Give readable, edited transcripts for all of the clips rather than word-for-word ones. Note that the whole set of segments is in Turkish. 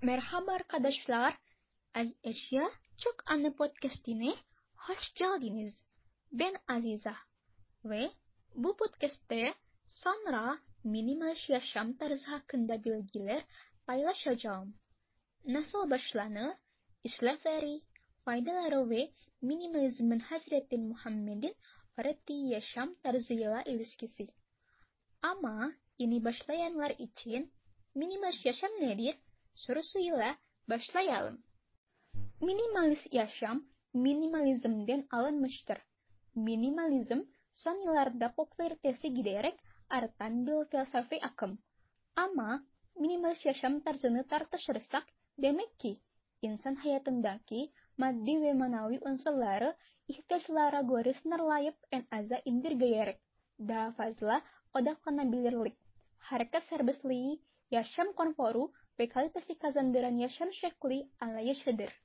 Merhaba arkadaşlar. Az Asia çok anı podcastine hoş geldiniz. Ben Aziza ve bu podcastte sonra minimalis yaşam tarzı hakkında bilgiler paylaşacağım. Nasıl başlanır, işlevleri, faydaları ve minimalizmin Hazreti Muhammed'in öğrettiği yaşam tarzıyla ilişkisi. Ama yeni başlayanlar için minimalis yaşam nedir? Sorusuyla başlayalım. Minimalis yaşam, minimalizmden alınmıştır. Minimalizm, son yıllarda popülaritesi giderek artan bir felsefi akım. Ama minimalis yaşam tarzını tartışırsak, demek ki insan hayatındaki maddi ve manevi unsurları ihtiyaçlara göre sınırlayıp en aza indirgeyerek daha fazla odaklanabilirlik. Hareket serbestliği, yaşam konforu ve kalitesi kazandıran yaşam şekli anlayışıdır.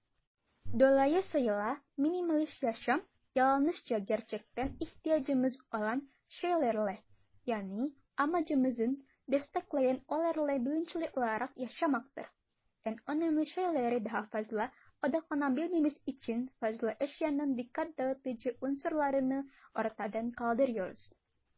Dolayısıyla minimalis yaşam yalnızca gerçekten ihtiyacımız olan şeylerle, yani amacımızın destekleyen olaylarla bilinçli olarak yaşamaktır. En önemli şeyleri daha fazla odaklanabilmemiz için fazla eşyanın dikkat dağıtıcı unsurlarını ortadan kaldırıyoruz.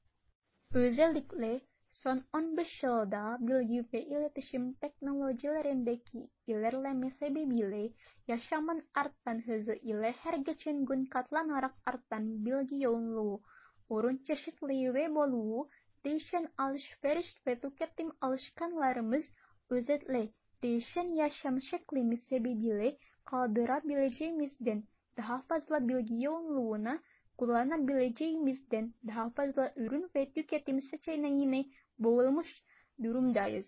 Özellikle son 15 yılda bilgi ve iletişim teknolojilerindeki ilerleme sebebiyle yaşamın artan hızı ile her geçen gün katlanarak artan bilgi yoğunluğu, ürün çeşitliliği ve bolluğu, değişen alışveriş ve tüketim alışkanlarımız, özetle değişen yaşam şeklimiz sebebiyle kaldırabileceğimizden daha fazla bilgi yoğunluğuna kullanabileceğimizden daha fazla ürün ve tüketim seçeneğine boğulmuş durumdayız.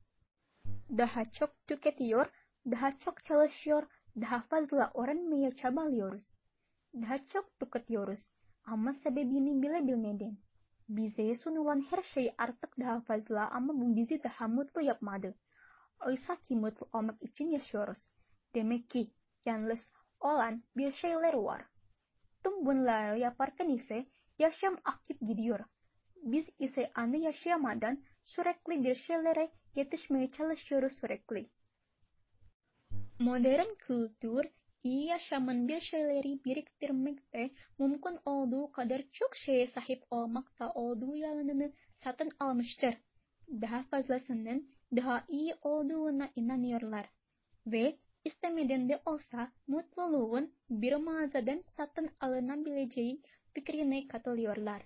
Daha çok tüketiyor, daha çok çalışıyor, daha fazla öğrenmeye çabalıyoruz. Daha çok tüketiyoruz ama sebebini bile bilmeden. Bize sunulan her şey artık daha fazla ama bu bizi daha mutlu yapmadı. Oysa ki mutlu olmak için yaşıyoruz. Demek ki yalnız olan bir şeyler var. Tüm bunları yaparken ise yaşam akıp gidiyor. Biz ise anı yaşayamadan sürekli bir şeylere yetişmeye çalışıyoruz sürekli. Modern kültür, iyi yaşamın bir şeyleri biriktirmekte mümkün olduğu kadar çok şeye sahip olmakta olduğu yalanını satın almıştır. Daha fazlasının daha iyi olduğuna inanıyorlar. Ve istemeden de olsa mutluluğun bir mağazadan satın alınabileceği fikrine katılıyorlar.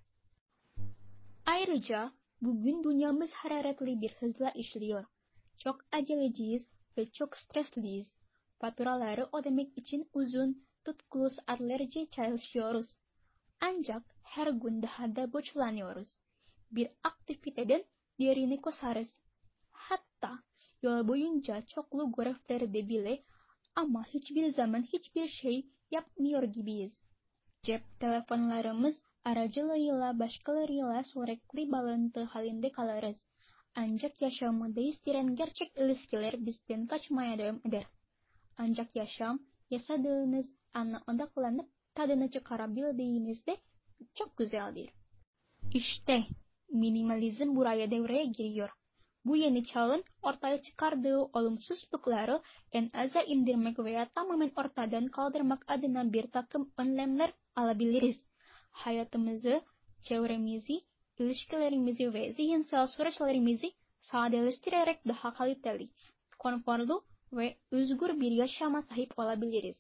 Ayrıca bugün dünyamız hararetli bir hızla işliyor. Çok aceleciyiz ve çok stresliyiz. Faturaları ödemek için uzun, tutkulu saatlerce çalışıyoruz. Ancak her gün daha da borçlanıyoruz. Bir aktiviteden diğerine koşarız. Hatta yol boyunca çoklu görevlerde bile ama hiçbir zaman hiçbir şey yapmıyor gibiyiz. Cep telefonlarımız aracılığıyla başkalarıyla sürekli bağlantı halinde kalırız. Ancak yaşamı değiştiren gerçek ilişkiler bizden kaçmaya devam eder. Ancak yaşadığınız ana odaklanıp tadını çıkarabildiğinizde çok güzeldir. İşte minimalizm buraya devreye giriyor. Bu yeni çağın ortaya çıkardığı olumsuzlukları en aza indirmek veya tamamen ortadan kaldırmak adına bir takım önlemler alabiliriz. Hayatımızı, çevremizi, ilişkilerimizi ve zihinsel süreçlerimizi sadeleştirerek daha kaliteli, konforlu ve özgür bir yaşama sahip olabiliriz.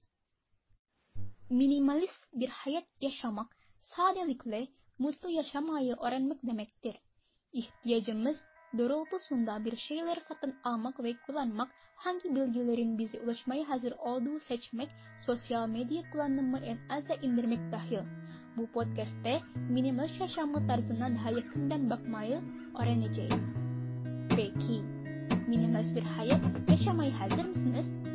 Minimalist bir hayat yaşamak, sadelikle mutlu yaşamayı öğrenmek demektir. İhtiyacımız doğrultusunda bir şeyler satın almak ve kullanmak, hangi bilgilerin bize ulaşmaya hazır olduğu seçmek, sosyal medya kullanımı en aza indirmek dahil. Bu podcast'te minimalist yaşam tarzına daha yakından bakmayı öğreneceğiz. Peki, minimalist bir hayat yaşamaya hazır mısınız?